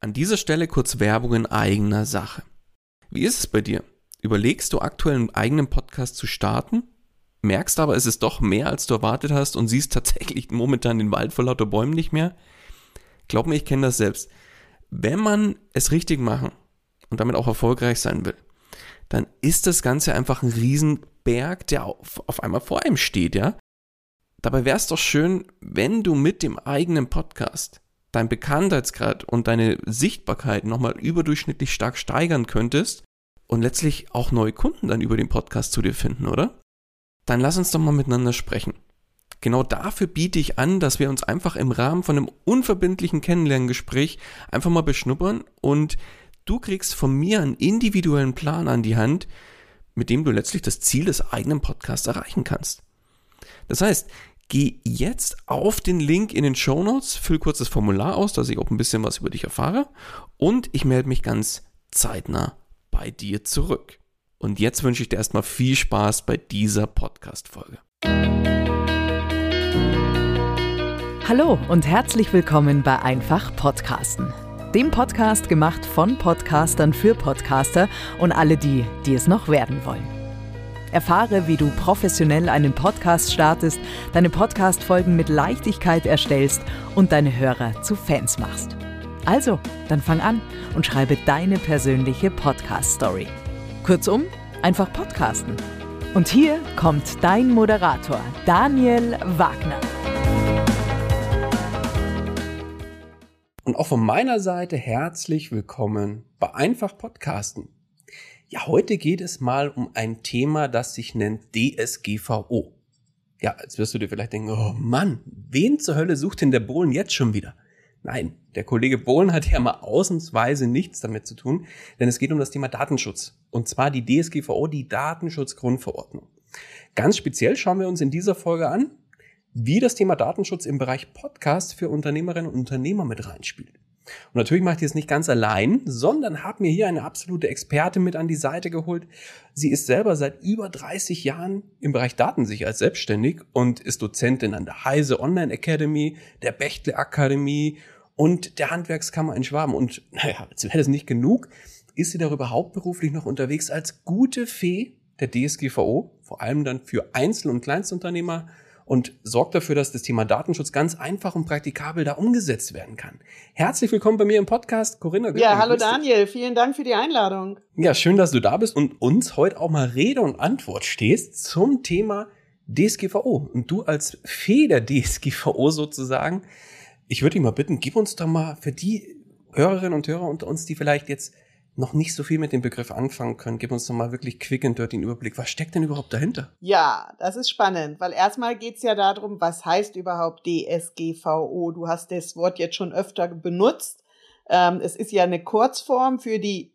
An dieser Stelle kurz Werbung in eigener Sache. Wie ist es bei dir? Überlegst du aktuell einen eigenen Podcast zu starten? Merkst aber, es ist doch mehr, als du erwartet hast und siehst tatsächlich momentan den Wald vor lauter Bäumen nicht mehr? Glaub mir, ich kenne das selbst. Wenn man es richtig machen und damit auch erfolgreich sein will, dann ist das Ganze einfach ein Riesenberg, der auf einmal vor einem steht, ja? Dabei wäre es doch schön, wenn du mit dem eigenen Podcast dein Bekanntheitsgrad und deine Sichtbarkeit nochmal überdurchschnittlich stark steigern könntest und letztlich auch neue Kunden dann über den Podcast zu dir finden, oder? Dann lass uns doch mal miteinander sprechen. Genau dafür biete ich an, dass wir uns einfach im Rahmen von einem unverbindlichen Kennenlerngespräch einfach mal beschnuppern und du kriegst von mir einen individuellen Plan an die Hand, mit dem du letztlich das Ziel des eigenen Podcasts erreichen kannst. Das heißt, geh jetzt auf den Link in den Shownotes, füll kurz das Formular aus, dass ich auch ein bisschen was über dich erfahre und ich melde mich ganz zeitnah bei dir zurück. Und jetzt wünsche ich dir erstmal viel Spaß bei dieser Podcast-Folge. Hallo und herzlich willkommen bei Einfach Podcasten. Dem Podcast gemacht von Podcastern für Podcaster und alle die, die es noch werden wollen. Erfahre, wie du professionell einen Podcast startest, deine Podcast-Folgen mit Leichtigkeit erstellst und deine Hörer zu Fans machst. Also, dann fang an und schreibe deine persönliche Podcast-Story. Kurzum, einfach podcasten. Und hier kommt dein Moderator, Daniel Wagner. Und auch von meiner Seite herzlich willkommen bei Einfach Podcasten. Ja, heute geht es mal um ein Thema, das sich nennt DSGVO. Ja, jetzt wirst du dir vielleicht denken, oh Mann, wen zur Hölle sucht denn der Bohlen jetzt schon wieder? Nein, der Kollege Bohlen hat ja mal ausnahmsweise nichts damit zu tun, denn es geht um das Thema Datenschutz. Und zwar die DSGVO, die Datenschutzgrundverordnung. Ganz speziell schauen wir uns in dieser Folge an, wie das Thema Datenschutz im Bereich Podcast für Unternehmerinnen und Unternehmer mit reinspielt. Und natürlich mache ich das nicht ganz allein, sondern habe mir hier eine absolute Expertin mit an die Seite geholt. Sie ist selber seit über 30 Jahren im Bereich Datensicherheit selbstständig und ist Dozentin an der Heise Online Academy, der Bechtle Akademie und der Handwerkskammer in Schwaben. Und naja, als wäre das nicht genug, ist sie darüber hauptberuflich noch unterwegs als gute Fee der DSGVO, vor allem dann für Einzel- und Kleinstunternehmer, und sorgt dafür, dass das Thema Datenschutz ganz einfach und praktikabel da umgesetzt werden kann. Herzlich willkommen bei mir im Podcast, Corinna Göring. Ja, hallo Daniel, vielen Dank für die Einladung. Ja, schön, dass du da bist und uns heute auch mal Rede und Antwort stehst zum Thema DSGVO. Und du als Fee der DSGVO sozusagen, ich würde dich mal bitten, gib uns doch mal für die Hörerinnen und Hörer unter uns, die vielleicht jetzt noch nicht so viel mit dem Begriff anfangen können, gib uns doch mal wirklich quick and dirty den Überblick. Was steckt denn überhaupt dahinter? Ja, das ist spannend, weil erstmal geht's ja darum, was heißt überhaupt DSGVO? Du hast das Wort jetzt schon öfter benutzt. Es ist ja eine Kurzform für die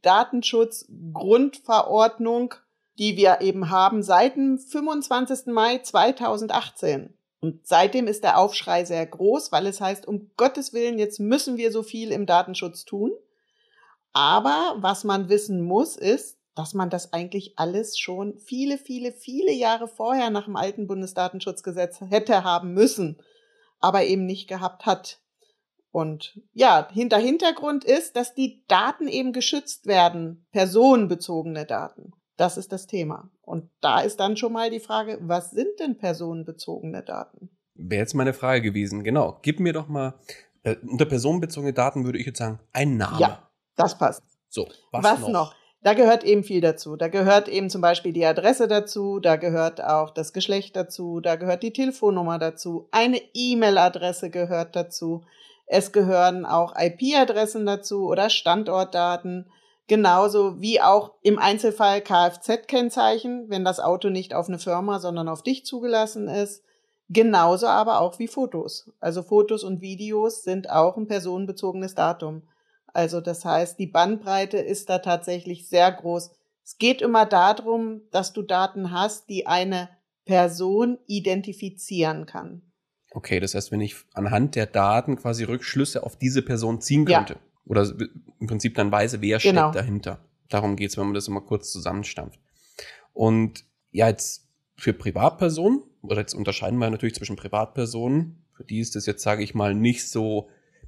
Datenschutzgrundverordnung, die wir eben haben seit dem 25. Mai 2018. Und seitdem ist der Aufschrei sehr groß, weil es heißt, um Gottes Willen, jetzt müssen wir so viel im Datenschutz tun. Aber was man wissen muss, ist, dass man das eigentlich alles schon viele, viele, viele Jahre vorher nach dem alten Bundesdatenschutzgesetz hätte haben müssen, aber eben nicht gehabt hat. Und ja, Hintergrund ist, dass die Daten eben geschützt werden, personenbezogene Daten. Das ist das Thema. Und da ist dann schon mal die Frage, was sind denn personenbezogene Daten? Wäre jetzt meine Frage gewesen. Genau, gib mir doch mal, unter personenbezogene Daten würde ich jetzt sagen, ein Name. Ja. Das passt. So, was noch? Da gehört eben viel dazu. Da gehört eben zum Beispiel die Adresse dazu, da gehört auch das Geschlecht dazu, da gehört die Telefonnummer dazu, eine E-Mail-Adresse gehört dazu. Es gehören auch IP-Adressen dazu oder Standortdaten, genauso wie auch im Einzelfall Kfz-Kennzeichen, wenn das Auto nicht auf eine Firma, sondern auf dich zugelassen ist. Genauso aber auch wie Fotos. Also Fotos und Videos sind auch ein personenbezogenes Datum. Also das heißt, die Bandbreite ist da tatsächlich sehr groß. Es geht immer darum, dass du Daten hast, die eine Person identifizieren kann. Okay, das heißt, wenn ich anhand der Daten quasi Rückschlüsse auf diese Person ziehen könnte. Ja. Oder im Prinzip dann weiß, wer steckt dahinter. Darum geht's, wenn man das immer kurz zusammenstampft. Und ja, jetzt für Privatpersonen, oder jetzt unterscheiden wir natürlich zwischen Privatpersonen, für die ist das jetzt, sage ich mal, nicht so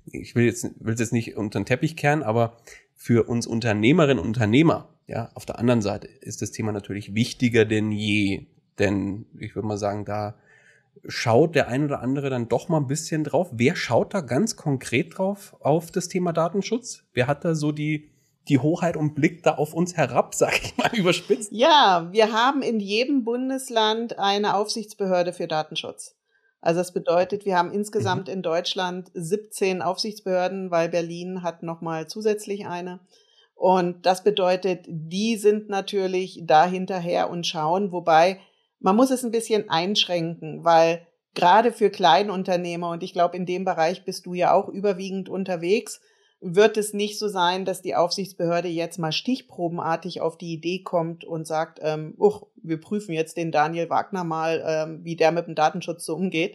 ich will es jetzt nicht unter den Teppich kehren, aber für uns Unternehmerinnen und Unternehmer, ja, auf der anderen Seite ist das Thema natürlich wichtiger denn je. Denn ich würde mal sagen, da schaut der ein oder andere dann doch mal ein bisschen drauf. Wer schaut da ganz konkret drauf auf das Thema Datenschutz? Wer hat da so die Hoheit und blickt da auf uns herab, sag ich mal überspitzt? Ja, wir haben in jedem Bundesland eine Aufsichtsbehörde für Datenschutz. Also das bedeutet, wir haben insgesamt in Deutschland 17 Aufsichtsbehörden, weil Berlin hat nochmal zusätzlich eine. Und das bedeutet, die sind natürlich da hinterher und schauen, wobei man muss es ein bisschen einschränken, weil gerade für Kleinunternehmer, und ich glaube, in dem Bereich bist du ja auch überwiegend unterwegs, wird es nicht so sein, dass die Aufsichtsbehörde jetzt mal stichprobenartig auf die Idee kommt und sagt, wir prüfen jetzt den Daniel Wagner mal, wie der mit dem Datenschutz so umgeht.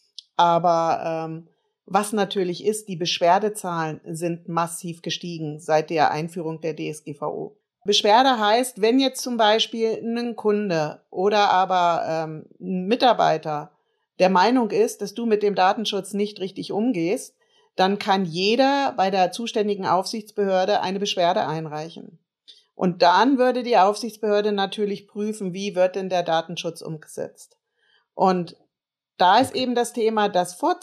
Aber was natürlich ist, die Beschwerdezahlen sind massiv gestiegen seit der Einführung der DSGVO. Beschwerde heißt, wenn jetzt zum Beispiel ein Kunde oder aber ein Mitarbeiter der Meinung ist, dass du mit dem Datenschutz nicht richtig umgehst, dann kann jeder bei der zuständigen Aufsichtsbehörde eine Beschwerde einreichen. Und dann würde die Aufsichtsbehörde natürlich prüfen, wie wird denn der Datenschutz umgesetzt. Und da ist eben das Thema, dass vor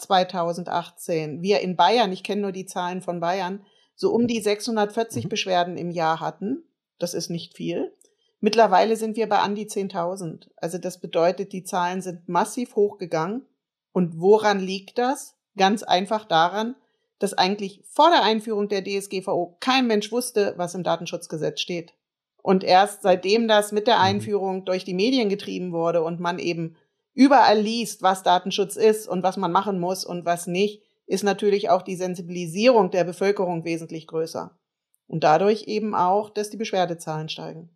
2018 wir in Bayern, ich kenne nur die Zahlen von Bayern, so um die 640 Beschwerden im Jahr hatten. Das ist nicht viel. Mittlerweile sind wir bei an die 10.000. Also das bedeutet, die Zahlen sind massiv hochgegangen. Und woran liegt das? Ganz einfach daran, dass eigentlich vor der Einführung der DSGVO kein Mensch wusste, was im Datenschutzgesetz steht. Und erst seitdem das mit der Einführung durch die Medien getrieben wurde und man eben überall liest, was Datenschutz ist und was man machen muss und was nicht, ist natürlich auch die Sensibilisierung der Bevölkerung wesentlich größer. Und dadurch eben auch, dass die Beschwerdezahlen steigen.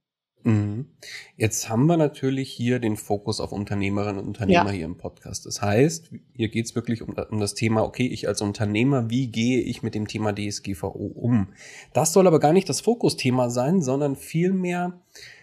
Jetzt haben wir natürlich hier den Fokus auf Unternehmerinnen und Unternehmer hier im Podcast. Das heißt, hier geht es wirklich um das Thema, okay, ich als Unternehmer, wie gehe ich mit dem Thema DSGVO um? Das soll aber gar nicht das Fokusthema sein, sondern vielmehr,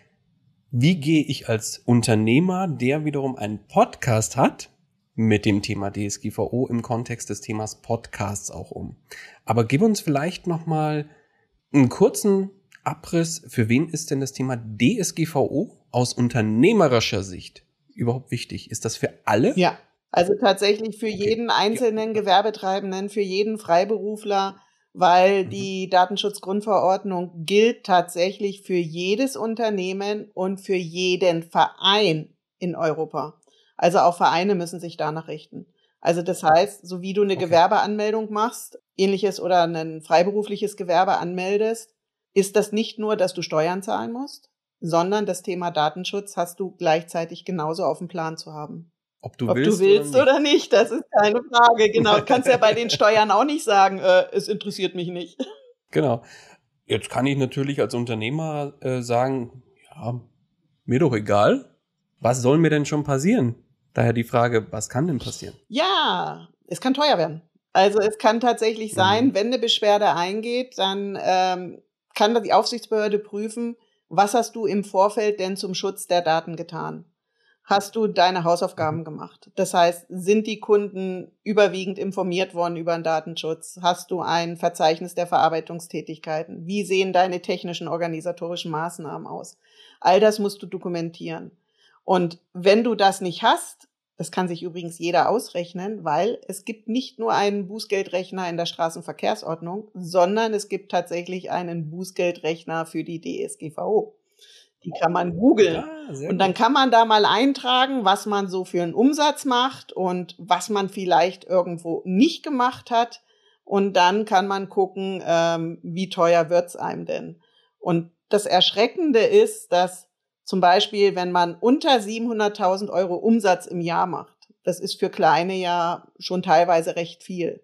wie gehe ich als Unternehmer, der wiederum einen Podcast hat, mit dem Thema DSGVO im Kontext des Themas Podcasts auch um? Aber gib uns vielleicht nochmal einen kurzen Abriss, für wen ist denn das Thema DSGVO aus unternehmerischer Sicht überhaupt wichtig? Ist das für alle? Ja, also tatsächlich für jeden einzelnen Gewerbetreibenden, für jeden Freiberufler, weil die Datenschutzgrundverordnung gilt tatsächlich für jedes Unternehmen und für jeden Verein in Europa. Also auch Vereine müssen sich danach richten. Also das heißt, so wie du eine Gewerbeanmeldung machst, ähnliches oder ein freiberufliches Gewerbe anmeldest, ist das nicht nur, dass du Steuern zahlen musst, sondern das Thema Datenschutz hast du gleichzeitig genauso auf dem Plan zu haben. Ob du willst oder nicht, das ist keine Frage. Genau, du kannst ja bei den Steuern auch nicht sagen, es interessiert mich nicht. Genau. Jetzt kann ich natürlich als Unternehmer sagen, ja, mir doch egal. Was soll mir denn schon passieren? Daher die Frage, was kann denn passieren? Ja, es kann teuer werden. Also es kann tatsächlich sein, wenn eine Beschwerde eingeht, dann kann die Aufsichtsbehörde prüfen, was hast du im Vorfeld denn zum Schutz der Daten getan? Hast du deine Hausaufgaben gemacht? Das heißt, sind die Kunden überwiegend informiert worden über den Datenschutz? Hast du ein Verzeichnis der Verarbeitungstätigkeiten? Wie sehen deine technischen, organisatorischen Maßnahmen aus? All das musst du dokumentieren. Und wenn du das nicht hast, das kann sich übrigens jeder ausrechnen, weil es gibt nicht nur einen Bußgeldrechner in der Straßenverkehrsordnung, sondern es gibt tatsächlich einen Bußgeldrechner für die DSGVO. Die kann man googeln. Ja, und dann kann man da mal eintragen, was man so für einen Umsatz macht und was man vielleicht irgendwo nicht gemacht hat. Und dann kann man gucken, wie teuer wird's einem denn. Und das Erschreckende ist, dass zum Beispiel, wenn man unter 700.000 Euro Umsatz im Jahr macht, das ist für Kleine ja schon teilweise recht viel.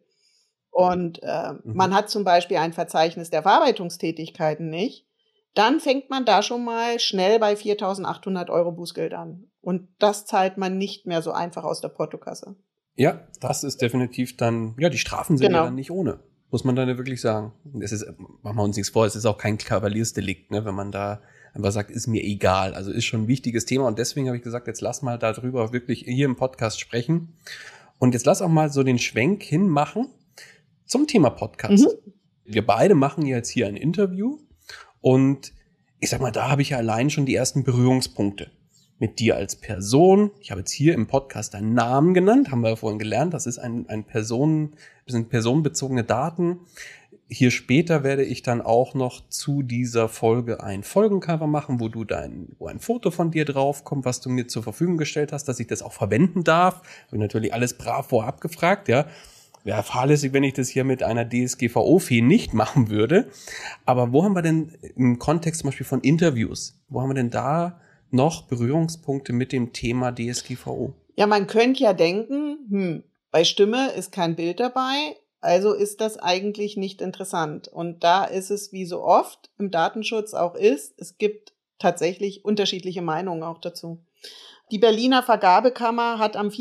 Und man hat zum Beispiel ein Verzeichnis der Verarbeitungstätigkeiten nicht, dann fängt man da schon mal schnell bei 4.800 Euro Bußgeld an. Und das zahlt man nicht mehr so einfach aus der Portokasse. Ja, das ist definitiv dann, ja, die Strafen sind ja dann nicht ohne, muss man dann ja wirklich sagen. Es ist, machen wir uns nichts vor, es ist auch kein Kavaliersdelikt, ne, wenn man da einfach sagt, ist mir egal. Also ist schon ein wichtiges Thema und deswegen habe ich gesagt, jetzt lass mal darüber wirklich hier im Podcast sprechen. Und jetzt lass auch mal so den Schwenk hinmachen. Zum Thema Podcast. Wir beide machen jetzt hier ein Interview und ich sag mal, da habe ich ja allein schon die ersten Berührungspunkte mit dir als Person. Ich habe jetzt hier im Podcast deinen Namen genannt, haben wir ja vorhin gelernt. Das ist das sind personenbezogene Daten. Hier später werde ich dann auch noch zu dieser Folge ein Folgencover machen, wo ein Foto von dir draufkommt, was du mir zur Verfügung gestellt hast, dass ich das auch verwenden darf. Habe natürlich alles brav vorab gefragt, ja. Wäre fahrlässig, wenn ich das hier mit einer DSGVO-Fee nicht machen würde. Aber wo haben wir denn im Kontext zum Beispiel von Interviews, wo haben wir denn da noch Berührungspunkte mit dem Thema DSGVO? Ja, man könnte ja denken, bei Stimme ist kein Bild dabei, also ist das eigentlich nicht interessant. Und da ist es, wie so oft im Datenschutz auch ist, es gibt tatsächlich unterschiedliche Meinungen auch dazu. Die Berliner Vergabekammer hat am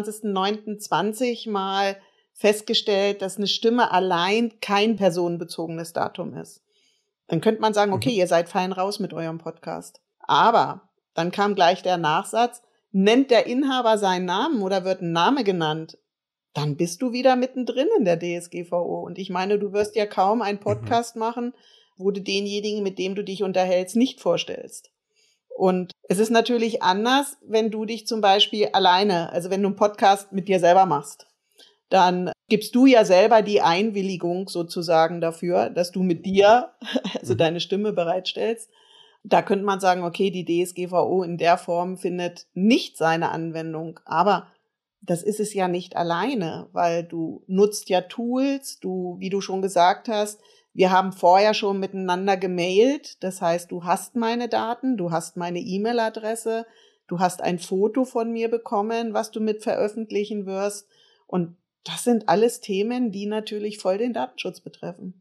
24.09.20 mal festgestellt, dass eine Stimme allein kein personenbezogenes Datum ist. Dann könnte man sagen, okay, ihr seid fein raus mit eurem Podcast. Aber dann kam gleich der Nachsatz, nennt der Inhaber seinen Namen oder wird ein Name genannt, dann bist du wieder mittendrin in der DSGVO. Und ich meine, du wirst ja kaum einen Podcast machen, wo du denjenigen, mit dem du dich unterhältst, nicht vorstellst. Und es ist natürlich anders, wenn du dich zum Beispiel alleine, also wenn du einen Podcast mit dir selber machst, dann gibst du ja selber die Einwilligung sozusagen dafür, dass du mit dir, also deine Stimme bereitstellst. Da könnte man sagen, okay, die DSGVO in der Form findet nicht seine Anwendung, aber das ist es ja nicht alleine, weil du nutzt ja Tools, wie du schon gesagt hast, wir haben vorher schon miteinander gemailt, das heißt, du hast meine Daten, du hast meine E-Mail-Adresse, du hast ein Foto von mir bekommen, was du mit veröffentlichen wirst und das sind alles Themen, die natürlich voll den Datenschutz betreffen.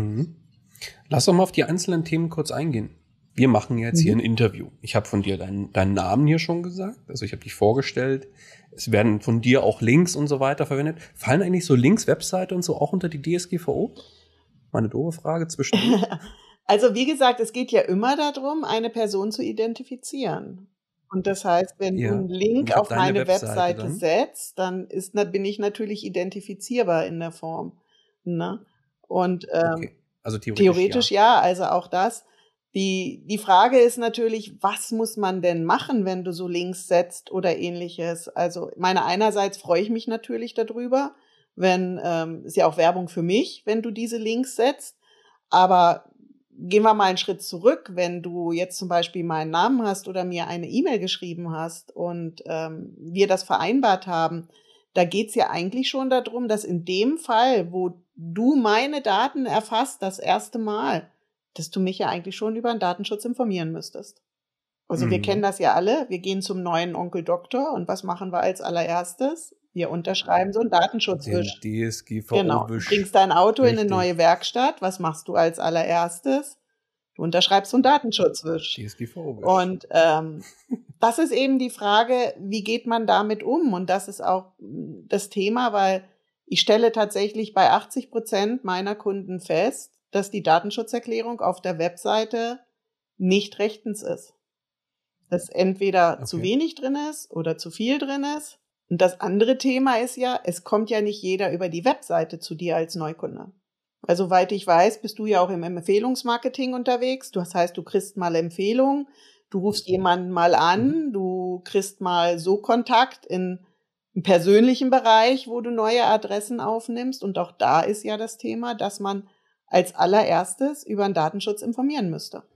Lass doch mal auf die einzelnen Themen kurz eingehen. Wir machen jetzt hier ein Interview. Ich habe von dir deinen Namen hier schon gesagt. Also ich habe dich vorgestellt. Es werden von dir auch Links und so weiter verwendet. Fallen eigentlich so Links, Webseite und so auch unter die DSGVO? Meine doofe Frage zwischendurch. Also wie gesagt, es geht ja immer darum, eine Person zu identifizieren. Und das heißt, wenn du einen Link auf meine Webseite setzt, dann bin ich natürlich identifizierbar in der Form. Ne? Und also theoretisch ja, also auch das. Die Frage ist natürlich, was muss man denn machen, wenn du so Links setzt oder ähnliches? Also einerseits freue ich mich natürlich darüber, wenn ist ja auch Werbung für mich, wenn du diese Links setzt, aber gehen wir mal einen Schritt zurück, wenn du jetzt zum Beispiel meinen Namen hast oder mir eine E-Mail geschrieben hast und wir das vereinbart haben, da geht's ja eigentlich schon darum, dass in dem Fall, wo du meine Daten erfasst, das erste Mal, dass du mich ja eigentlich schon über den Datenschutz informieren müsstest. Also wir kennen das ja alle, wir gehen zum neuen Onkel Doktor und was machen wir als allererstes? Wir unterschreiben so einen Datenschutzwisch. Genau, du bringst dein Auto in eine neue Werkstatt, was machst du als allererstes? Du unterschreibst so einen Datenschutzwisch. DSGVO-Wisch. Und das ist eben die Frage, wie geht man damit um? Und das ist auch das Thema, weil ich stelle tatsächlich bei 80% meiner Kunden fest, dass die Datenschutzerklärung auf der Webseite nicht rechtens ist. Dass entweder zu wenig drin ist oder zu viel drin ist. Und das andere Thema ist ja, es kommt ja nicht jeder über die Webseite zu dir als Neukunde. Weil soweit ich weiß, bist du ja auch im Empfehlungsmarketing unterwegs. Das heißt, du kriegst mal Empfehlungen, du rufst jemanden mal an, du kriegst mal so Kontakt im persönlichen Bereich, wo du neue Adressen aufnimmst. Und auch da ist ja das Thema, dass man als allererstes über den Datenschutz informieren müsste.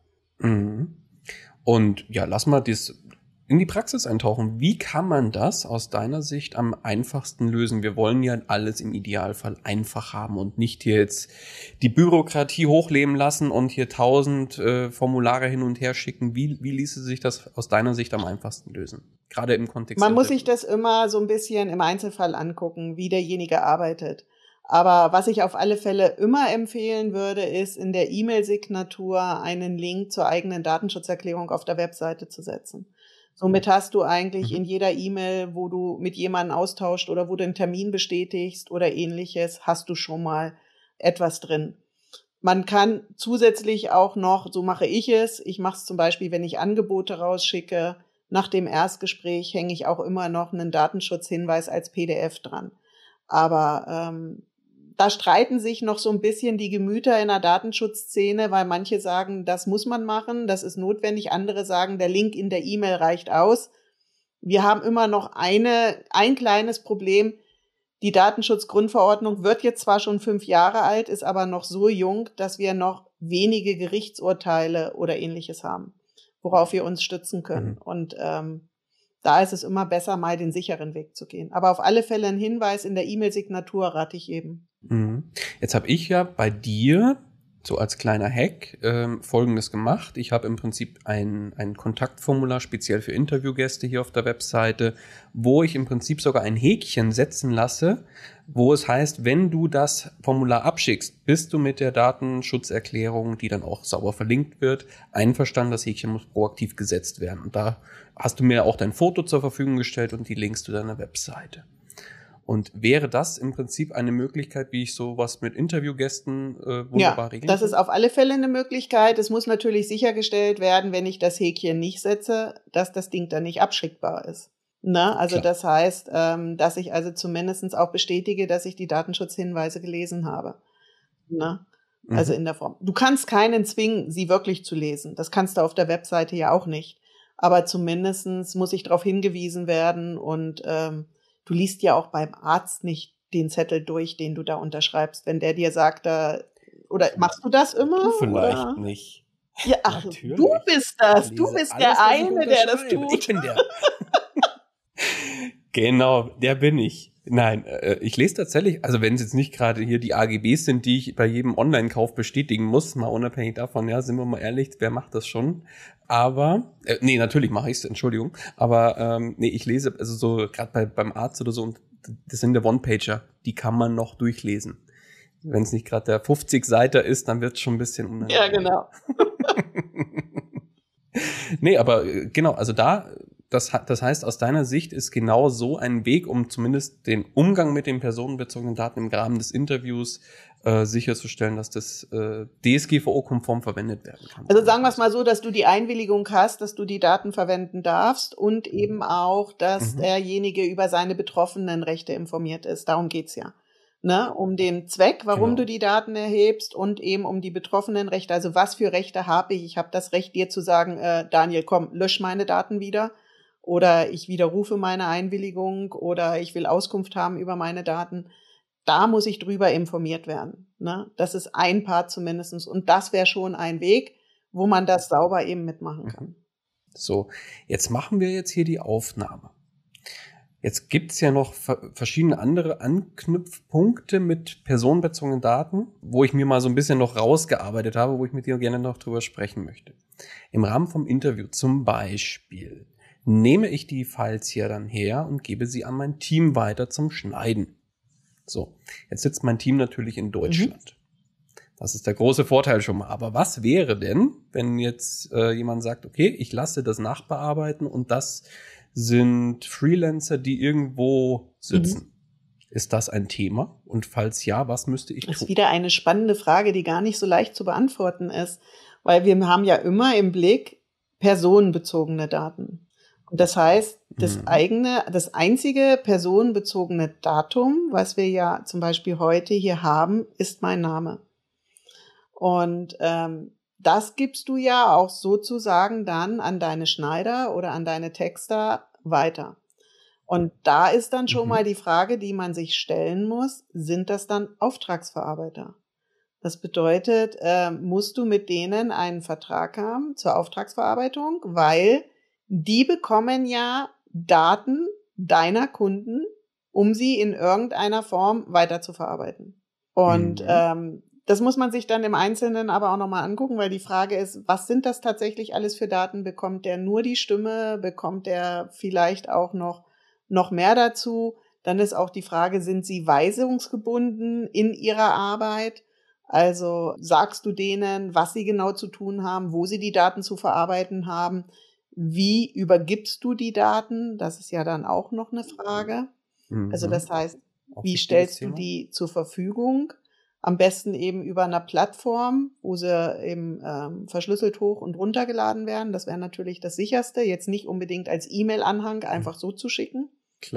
Und ja, lass mal das in die Praxis eintauchen. Wie kann man das aus deiner Sicht am einfachsten lösen? Wir wollen ja alles im Idealfall einfach haben und nicht hier jetzt die Bürokratie hochleben lassen und hier 1000 Formulare hin und her schicken. Wie ließe sich das aus deiner Sicht am einfachsten lösen? Gerade im Kontext. Man muss sich das immer so ein bisschen im Einzelfall angucken, wie derjenige arbeitet. Aber was ich auf alle Fälle immer empfehlen würde, ist in der E-Mail-Signatur einen Link zur eigenen Datenschutzerklärung auf der Webseite zu setzen. Somit hast du eigentlich in jeder E-Mail, wo du mit jemandem austauscht oder wo du einen Termin bestätigst oder ähnliches, hast du schon mal etwas drin. Man kann zusätzlich auch noch, so mache ich es zum Beispiel, wenn ich Angebote rausschicke, nach dem Erstgespräch hänge ich auch immer noch einen Datenschutzhinweis als PDF dran. Aber Da streiten sich noch so ein bisschen die Gemüter in der Datenschutzszene, weil manche sagen, das muss man machen, das ist notwendig. Andere sagen, der Link in der E-Mail reicht aus. Wir haben immer noch ein kleines Problem. Die Datenschutzgrundverordnung wird jetzt zwar schon 5 Jahre alt, ist aber noch so jung, dass wir noch wenige Gerichtsurteile oder Ähnliches haben, worauf wir uns stützen können. Und da ist es immer besser, mal den sicheren Weg zu gehen. Aber auf alle Fälle ein Hinweis in der E-Mail-Signatur rate ich eben. Jetzt habe ich ja bei dir so als kleiner Hack Folgendes gemacht. Ich habe im Prinzip ein Kontaktformular speziell für Interviewgäste hier auf der Webseite, wo ich im Prinzip sogar ein Häkchen setzen lasse, wo es heißt, wenn du das Formular abschickst, bist du mit der Datenschutzerklärung, die dann auch sauber verlinkt wird, einverstanden. Das Häkchen muss proaktiv gesetzt werden. Und da hast du mir auch dein Foto zur Verfügung gestellt und die Links zu deiner Webseite. Und wäre das im Prinzip eine Möglichkeit, wie ich sowas mit Interviewgästen wunderbar regeln kann? Das ist auf alle Fälle eine Möglichkeit. Es muss natürlich sichergestellt werden, wenn ich das Häkchen nicht setze, dass das Ding dann nicht abschickbar ist. Also klar. Das heißt, dass ich also zumindest auch bestätige, dass ich die Datenschutzhinweise gelesen habe. Also in der Form. Du kannst keinen zwingen, sie wirklich zu lesen. Das kannst du auf der Webseite ja auch nicht. Aber zumindest muss ich darauf hingewiesen werden und du liest ja auch beim Arzt nicht den Zettel durch, den du da unterschreibst, wenn der dir sagt, oder machst du das immer? Du vielleicht oder? nicht. Ja, ach, natürlich. Du bist das. Du bist der eine, der das tut. Ich bin der. Genau, der bin ich. Nein, ich lese tatsächlich, also wenn es jetzt nicht gerade hier die AGBs sind, die ich bei jedem Online-Kauf bestätigen muss, mal unabhängig davon, ja, sind wir mal ehrlich, wer macht das schon? Aber, natürlich mache ich es, Entschuldigung, aber ich lese, also so gerade beim Arzt oder so, und das sind der One-Pager, die kann man noch durchlesen. Wenn es nicht gerade der 50-Seiter ist, dann wird es schon ein bisschen unangenehm. Ja, genau. Aber genau, also das heißt, aus deiner Sicht ist genau so ein Weg, um zumindest den Umgang mit den personenbezogenen Daten im Rahmen des Interviews sicherzustellen, dass das DSGVO-konform verwendet werden kann. Also sagen wir es mal so, dass du die Einwilligung hast, dass du die Daten verwenden darfst und eben auch, dass derjenige über seine betroffenen Rechte informiert ist. Darum geht's ja. Um den Zweck, warum du die Daten erhebst und eben um die betroffenen Rechte. Also was für Rechte habe ich? Ich habe das Recht, dir zu sagen, Daniel, komm, lösch meine Daten wieder. Oder ich widerrufe meine Einwilligung oder ich will Auskunft haben über meine Daten. Da muss ich drüber informiert werden. Das ist ein Part zumindest. Und das wäre schon ein Weg, wo man das sauber eben mitmachen kann. So, jetzt machen wir jetzt hier die Aufnahme. Jetzt gibt's ja noch verschiedene andere Anknüpfpunkte mit personenbezogenen Daten, wo ich mir mal so ein bisschen noch rausgearbeitet habe, wo ich mit dir gerne noch drüber sprechen möchte. Im Rahmen vom Interview zum Beispiel nehme ich die Files hier dann her und gebe sie an mein Team weiter zum Schneiden. So, jetzt sitzt mein Team natürlich in Deutschland. Das ist der große Vorteil schon mal. Aber was wäre denn, wenn jetzt jemand sagt, okay, ich lasse das nachbearbeiten und das sind Freelancer, die irgendwo sitzen? Ist das ein Thema? Und falls ja, was müsste ich tun? Das ist wieder eine spannende Frage, die gar nicht so leicht zu beantworten ist. Weil wir haben ja immer im Blick personenbezogene Daten. Und das heißt, das einzige personenbezogene Datum, was wir ja zum Beispiel heute hier haben, ist mein Name. Und das gibst du ja auch sozusagen dann an deine Schneider oder an deine Texter weiter. Und da ist dann schon mal die Frage, die man sich stellen muss, sind das dann Auftragsverarbeiter? Das bedeutet, musst du mit denen einen Vertrag haben zur Auftragsverarbeitung, weil die bekommen ja Daten deiner Kunden, um sie in irgendeiner Form weiter zu verarbeiten. Und das muss man sich dann im Einzelnen aber auch nochmal angucken, weil die Frage ist, was sind das tatsächlich alles für Daten? Bekommt der nur die Stimme? Bekommt der vielleicht auch noch mehr dazu? Dann ist auch die Frage, sind sie weisungsgebunden in ihrer Arbeit? Also sagst du denen, was sie genau zu tun haben, wo sie die Daten zu verarbeiten haben? Wie übergibst du die Daten? Das ist ja dann auch noch eine Frage. Also das heißt, wie stellst du die zur Verfügung? Am besten eben über einer Plattform, wo sie eben verschlüsselt hoch und runtergeladen werden. Das wäre natürlich das Sicherste. Jetzt nicht unbedingt als E-Mail-Anhang einfach so zu schicken. Klar.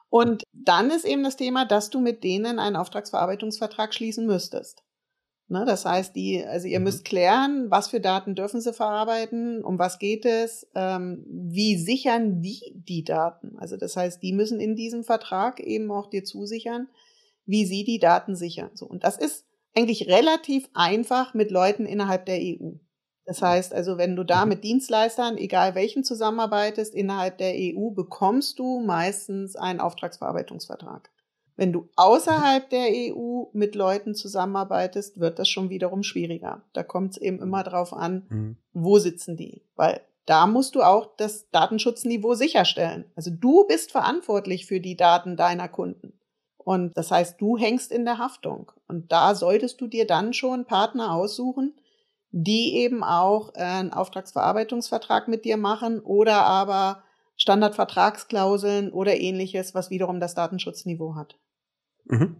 Und dann ist eben das Thema, dass du mit denen einen Auftragsverarbeitungsvertrag schließen müsstest. Ne, das heißt, ihr müsst klären, was für Daten dürfen sie verarbeiten, um was geht es, wie sichern die Daten. Also das heißt, die müssen in diesem Vertrag eben auch dir zusichern, wie sie die Daten sichern. So, und das ist eigentlich relativ einfach mit Leuten innerhalb der EU. Das heißt also, wenn du da mit Dienstleistern, egal welchen, zusammenarbeitest, innerhalb der EU, bekommst du meistens einen Auftragsverarbeitungsvertrag. Wenn du außerhalb der EU mit Leuten zusammenarbeitest, wird das schon wiederum schwieriger. Da kommt es eben immer drauf an, wo sitzen die. Weil da musst du auch das Datenschutzniveau sicherstellen. Also du bist verantwortlich für die Daten deiner Kunden. Und das heißt, du hängst in der Haftung. Und da solltest du dir dann schon Partner aussuchen, die eben auch einen Auftragsverarbeitungsvertrag mit dir machen oder aber Standardvertragsklauseln oder ähnliches, was wiederum das Datenschutzniveau hat. Mhm.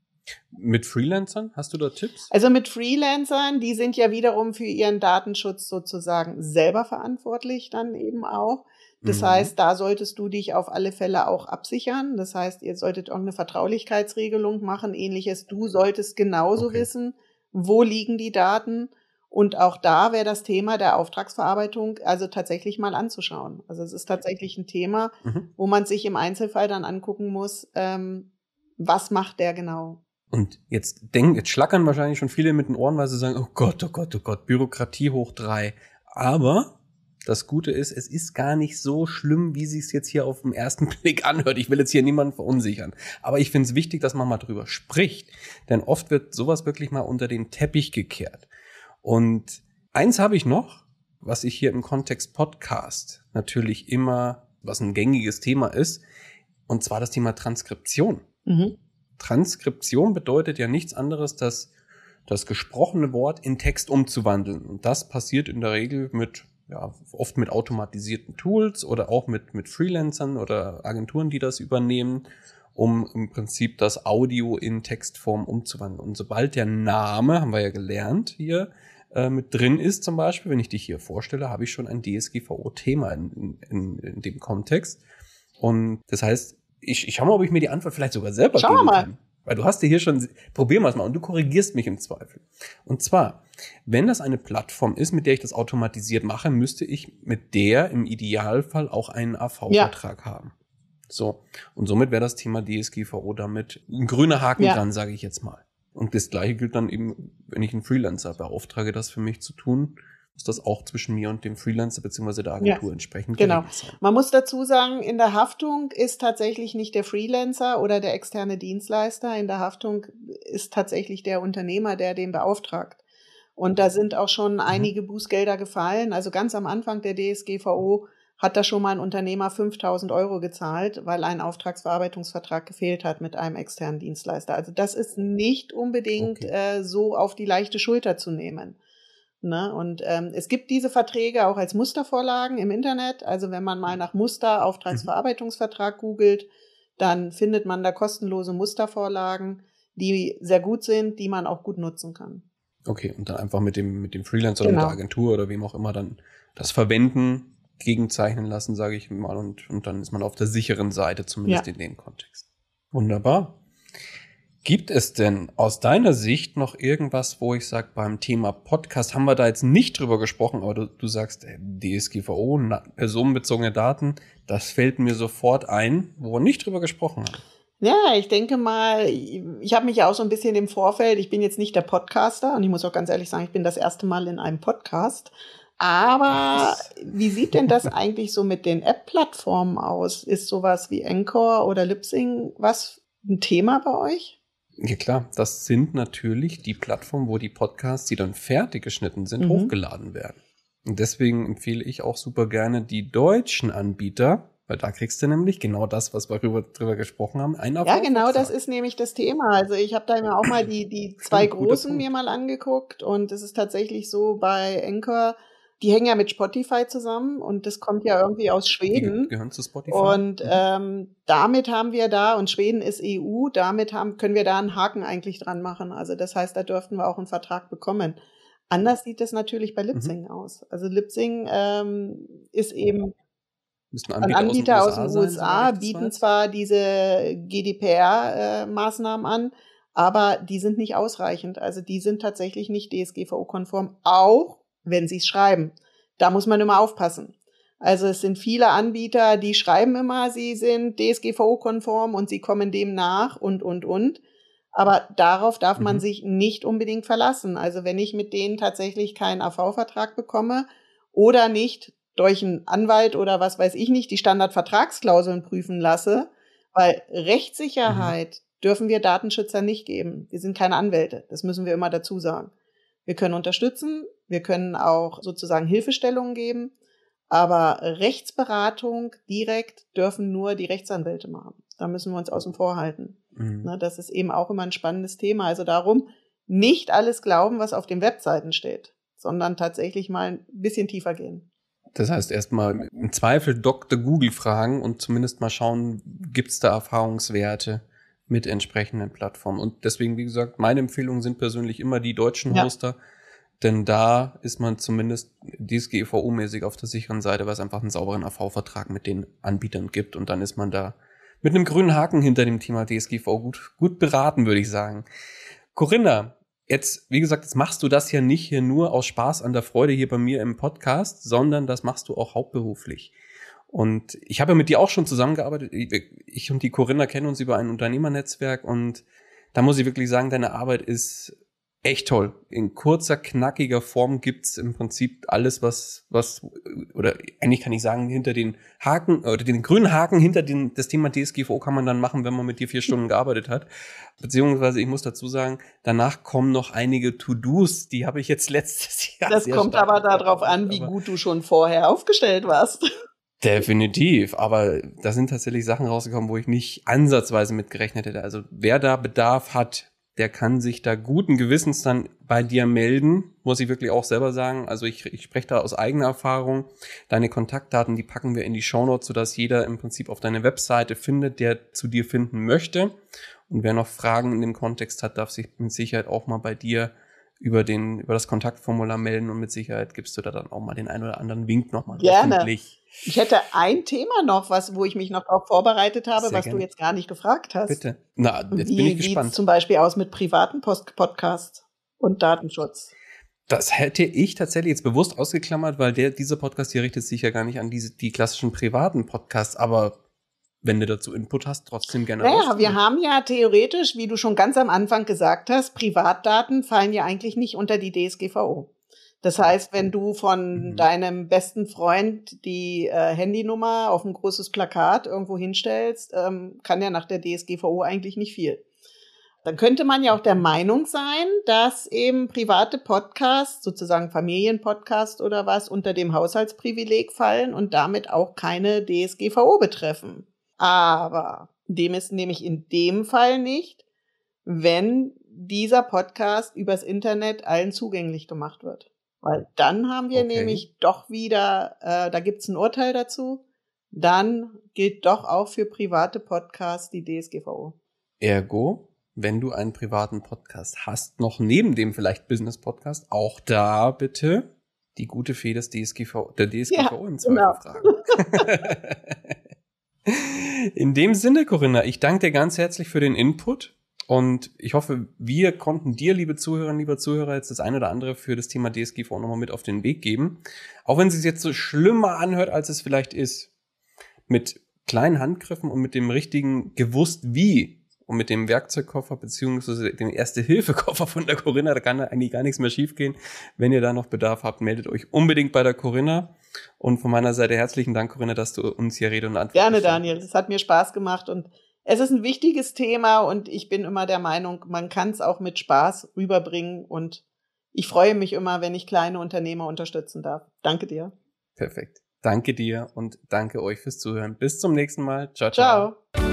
Mit Freelancern, hast du da Tipps? Also mit Freelancern, die sind ja wiederum für ihren Datenschutz sozusagen selber verantwortlich dann eben auch. Das heißt, da solltest du dich auf alle Fälle auch absichern. Das heißt, ihr solltet irgendeine Vertraulichkeitsregelung machen, ähnliches. Du solltest genauso wissen, wo liegen die Daten. Und auch da wäre das Thema der Auftragsverarbeitung also tatsächlich mal anzuschauen. Also es ist tatsächlich ein Thema, wo man sich im Einzelfall dann angucken muss, was macht der genau. Und jetzt schlackern wahrscheinlich schon viele mit den Ohren, weil sie sagen, oh Gott, Bürokratie hoch 3. Aber das Gute ist, es ist gar nicht so schlimm, wie es sich jetzt hier auf den ersten Blick anhört. Ich will jetzt hier niemanden verunsichern. Aber ich finde es wichtig, dass man mal drüber spricht. Denn oft wird sowas wirklich mal unter den Teppich gekehrt. Und eins habe ich noch, was ich hier im Kontext Podcast natürlich immer, was ein gängiges Thema ist, und zwar das Thema Transkription. Transkription bedeutet ja nichts anderes, dass das gesprochene Wort in Text umzuwandeln. Und das passiert in der Regel oft mit automatisierten Tools oder auch mit Freelancern oder Agenturen, die das übernehmen, um im Prinzip das Audio in Textform umzuwandeln. Und sobald der Name, haben wir ja gelernt hier, mit drin ist zum Beispiel, wenn ich dich hier vorstelle, habe ich schon ein DSGVO-Thema in dem Kontext. Und das heißt, ich schau mal, ob ich mir die Antwort vielleicht sogar selber geben kann. Weil du hast dir hier schon, probieren wir es mal und du korrigierst mich im Zweifel. Und zwar, wenn das eine Plattform ist, mit der ich das automatisiert mache, müsste ich mit der im Idealfall auch einen AV-Vertrag haben. So. Und somit wäre das Thema DSGVO damit ein grüner Haken dran, sage ich jetzt mal. Und das Gleiche gilt dann eben, wenn ich einen Freelancer beauftrage, das für mich zu tun, muss das auch zwischen mir und dem Freelancer bzw. der Agentur entsprechend geregelt sein. Man muss dazu sagen, in der Haftung ist tatsächlich nicht der Freelancer oder der externe Dienstleister. In der Haftung ist tatsächlich der Unternehmer, der den beauftragt. Und da sind auch schon einige Bußgelder gefallen. Also ganz am Anfang der DSGVO hat da schon mal ein Unternehmer 5.000 € gezahlt, weil ein Auftragsverarbeitungsvertrag gefehlt hat mit einem externen Dienstleister. Also das ist nicht unbedingt so auf die leichte Schulter zu nehmen. Ne? Und es gibt diese Verträge auch als Mustervorlagen im Internet. Also wenn man mal nach Muster Auftragsverarbeitungsvertrag googelt, dann findet man da kostenlose Mustervorlagen, die sehr gut sind, die man auch gut nutzen kann. Okay, und dann einfach mit dem Freelancer oder mit der Agentur oder wem auch immer dann das verwenden, gegenzeichnen lassen, sage ich mal, und dann ist man auf der sicheren Seite, zumindest in dem Kontext. Wunderbar. Gibt es denn aus deiner Sicht noch irgendwas, wo ich sage, beim Thema Podcast haben wir da jetzt nicht drüber gesprochen, aber du sagst, DSGVO, personenbezogene Daten, das fällt mir sofort ein, wo wir nicht drüber gesprochen haben. Ja, ich denke mal, ich habe mich ja auch so ein bisschen im Vorfeld, ich bin jetzt nicht der Podcaster und ich muss auch ganz ehrlich sagen, ich bin das erste Mal in einem Podcast. Aber wie sieht denn das eigentlich so mit den App-Plattformen aus? Ist sowas wie Anchor oder Libsyn was ein Thema bei euch? Ja klar, das sind natürlich die Plattformen, wo die Podcasts, die dann fertig geschnitten sind, hochgeladen werden. Und deswegen empfehle ich auch super gerne die deutschen Anbieter, weil da kriegst du nämlich genau das, was wir drüber gesprochen haben, einen AV-Vertrag. Ja, genau, das ist nämlich das Thema. Also ich habe da mir auch mal die zwei großen mir mal angeguckt und es ist tatsächlich so bei Anchor, die hängen ja mit Spotify zusammen und das kommt ja irgendwie aus Schweden. Die gehören zu Spotify. Und damit haben wir da, und Schweden ist EU, können wir da einen Haken eigentlich dran machen. Also das heißt, da dürften wir auch einen Vertrag bekommen. Anders sieht es natürlich bei Libsyn aus. Also Libsyn ist eben Müssten Anbieter aus den USA sein, bieten zwar diese GDPR-Maßnahmen an, aber die sind nicht ausreichend. Also die sind tatsächlich nicht DSGVO-konform, auch wenn sie es schreiben. Da muss man immer aufpassen. Also es sind viele Anbieter, die schreiben immer, sie sind DSGVO-konform und sie kommen dem nach und. Aber darauf darf man sich nicht unbedingt verlassen. Also wenn ich mit denen tatsächlich keinen AV-Vertrag bekomme oder nicht durch einen Anwalt oder was weiß ich nicht die Standardvertragsklauseln prüfen lasse, weil Rechtssicherheit dürfen wir Datenschützer nicht geben. Wir sind keine Anwälte, das müssen wir immer dazu sagen. Wir können unterstützen, wir können auch sozusagen Hilfestellungen geben, aber Rechtsberatung direkt dürfen nur die Rechtsanwälte machen. Da müssen wir uns außen vor halten. Das ist eben auch immer ein spannendes Thema. Also darum, nicht alles glauben, was auf den Webseiten steht, sondern tatsächlich mal ein bisschen tiefer gehen. Das heißt, erstmal im Zweifel Dr. Google fragen und zumindest mal schauen, gibt es da Erfahrungswerte mit entsprechenden Plattformen. Und deswegen, wie gesagt, meine Empfehlungen sind persönlich immer die deutschen Hoster, denn da ist man zumindest DSGVO-mäßig auf der sicheren Seite, weil es einfach einen sauberen AV-Vertrag mit den Anbietern gibt und dann ist man da mit einem grünen Haken hinter dem Thema DSGVO gut beraten, würde ich sagen. Corinna, jetzt, wie gesagt, jetzt machst du das ja nicht hier nur aus Spaß an der Freude hier bei mir im Podcast, sondern das machst du auch hauptberuflich. Und ich habe ja mit dir auch schon zusammengearbeitet. Ich und die Corinna kennen uns über ein Unternehmernetzwerk und da muss ich wirklich sagen, deine Arbeit ist echt toll. In kurzer, knackiger Form gibt's im Prinzip alles, was, oder eigentlich kann ich sagen, hinter den Haken, oder den grünen Haken hinter das Thema DSGVO kann man dann machen, wenn man mit dir 4 Stunden gearbeitet hat. Beziehungsweise, ich muss dazu sagen, danach kommen noch einige To-Dos, die habe ich jetzt letztes Jahr. Das kommt aber darauf an, wie gut du schon vorher aufgestellt warst. Definitiv, aber da sind tatsächlich Sachen rausgekommen, wo ich nicht ansatzweise mit gerechnet hätte. Also wer da Bedarf hat, der kann sich da guten Gewissens dann bei dir melden, muss ich wirklich auch selber sagen. Also ich spreche da aus eigener Erfahrung. Deine Kontaktdaten, die packen wir in die Shownotes, sodass jeder im Prinzip auf deine Webseite findet, der zu dir finden möchte. Und wer noch Fragen in dem Kontext hat, darf sich mit Sicherheit auch mal bei dir über das Kontaktformular melden und mit Sicherheit gibst du da dann auch mal den einen oder anderen Wink nochmal. Gerne. Öffentlich. Ich hätte ein Thema noch, wo ich mich noch darauf vorbereitet habe, was du jetzt gar nicht gefragt hast. Bitte. Na, jetzt bin ich gespannt. Wie sieht es zum Beispiel aus mit privaten Podcasts und Datenschutz? Das hätte ich tatsächlich jetzt bewusst ausgeklammert, weil dieser Podcast hier richtet sich ja gar nicht an die klassischen privaten Podcasts, aber wenn du dazu Input hast, trotzdem gerne. Naja, wir haben ja theoretisch, wie du schon ganz am Anfang gesagt hast, Privatdaten fallen ja eigentlich nicht unter die DSGVO. Das heißt, wenn du von deinem besten Freund die Handynummer auf ein großes Plakat irgendwo hinstellst, kann ja nach der DSGVO eigentlich nicht viel. Dann könnte man ja auch der Meinung sein, dass eben private Podcasts, sozusagen Familienpodcasts oder was, unter dem Haushaltsprivileg fallen und damit auch keine DSGVO betreffen. Aber dem ist nämlich in dem Fall nicht, wenn dieser Podcast übers Internet allen zugänglich gemacht wird. Weil dann haben wir nämlich doch wieder, da gibt's ein Urteil dazu, dann gilt doch auch für private Podcasts die DSGVO. Ergo, wenn du einen privaten Podcast hast, noch neben dem vielleicht Business-Podcast, auch da bitte die gute Fee der DSGVO im Zweifel fragen. In dem Sinne, Corinna, ich danke dir ganz herzlich für den Input und ich hoffe, wir konnten dir, liebe Zuhörerinnen, lieber Zuhörer, jetzt das eine oder andere für das Thema DSGVO nochmal mit auf den Weg geben. Auch wenn es sich jetzt so schlimmer anhört, als es vielleicht ist. Mit kleinen Handgriffen und mit dem richtigen gewusst wie und mit dem Werkzeugkoffer beziehungsweise dem Erste-Hilfe-Koffer von der Corinna, da kann eigentlich gar nichts mehr schiefgehen. Wenn ihr da noch Bedarf habt, meldet euch unbedingt bei der Corinna. Und von meiner Seite herzlichen Dank, Corinna, dass du uns hier Rede und Antwort Gerne, Daniel. Es hat mir Spaß gemacht und es ist ein wichtiges Thema und ich bin immer der Meinung, man kann es auch mit Spaß rüberbringen und ich freue mich immer, wenn ich kleine Unternehmer unterstützen darf. Danke dir. Perfekt. Danke dir und danke euch fürs Zuhören. Bis zum nächsten Mal. Ciao, ciao. Ciao.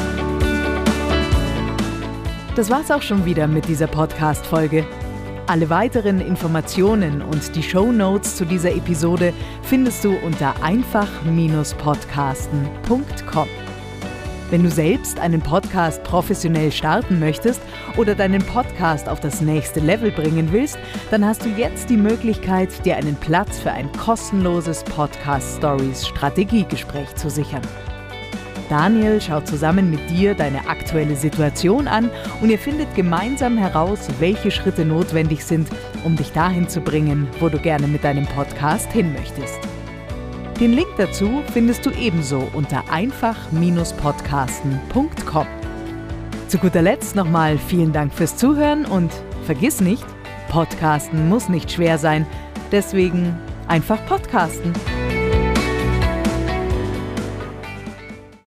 Das war's auch schon wieder mit dieser Podcast-Folge. Alle weiteren Informationen und die Shownotes zu dieser Episode findest du unter einfach-podcasten.com. Wenn du selbst einen Podcast professionell starten möchtest oder deinen Podcast auf das nächste Level bringen willst, dann hast du jetzt die Möglichkeit, dir einen Platz für ein kostenloses Podcast Stories Strategiegespräch zu sichern. Daniel schaut zusammen mit dir deine aktuelle Situation an und ihr findet gemeinsam heraus, welche Schritte notwendig sind, um dich dahin zu bringen, wo du gerne mit deinem Podcast hin möchtest. Den Link dazu findest du ebenso unter einfach-podcasten.com. Zu guter Letzt nochmal vielen Dank fürs Zuhören und vergiss nicht, Podcasten muss nicht schwer sein, deswegen einfach podcasten.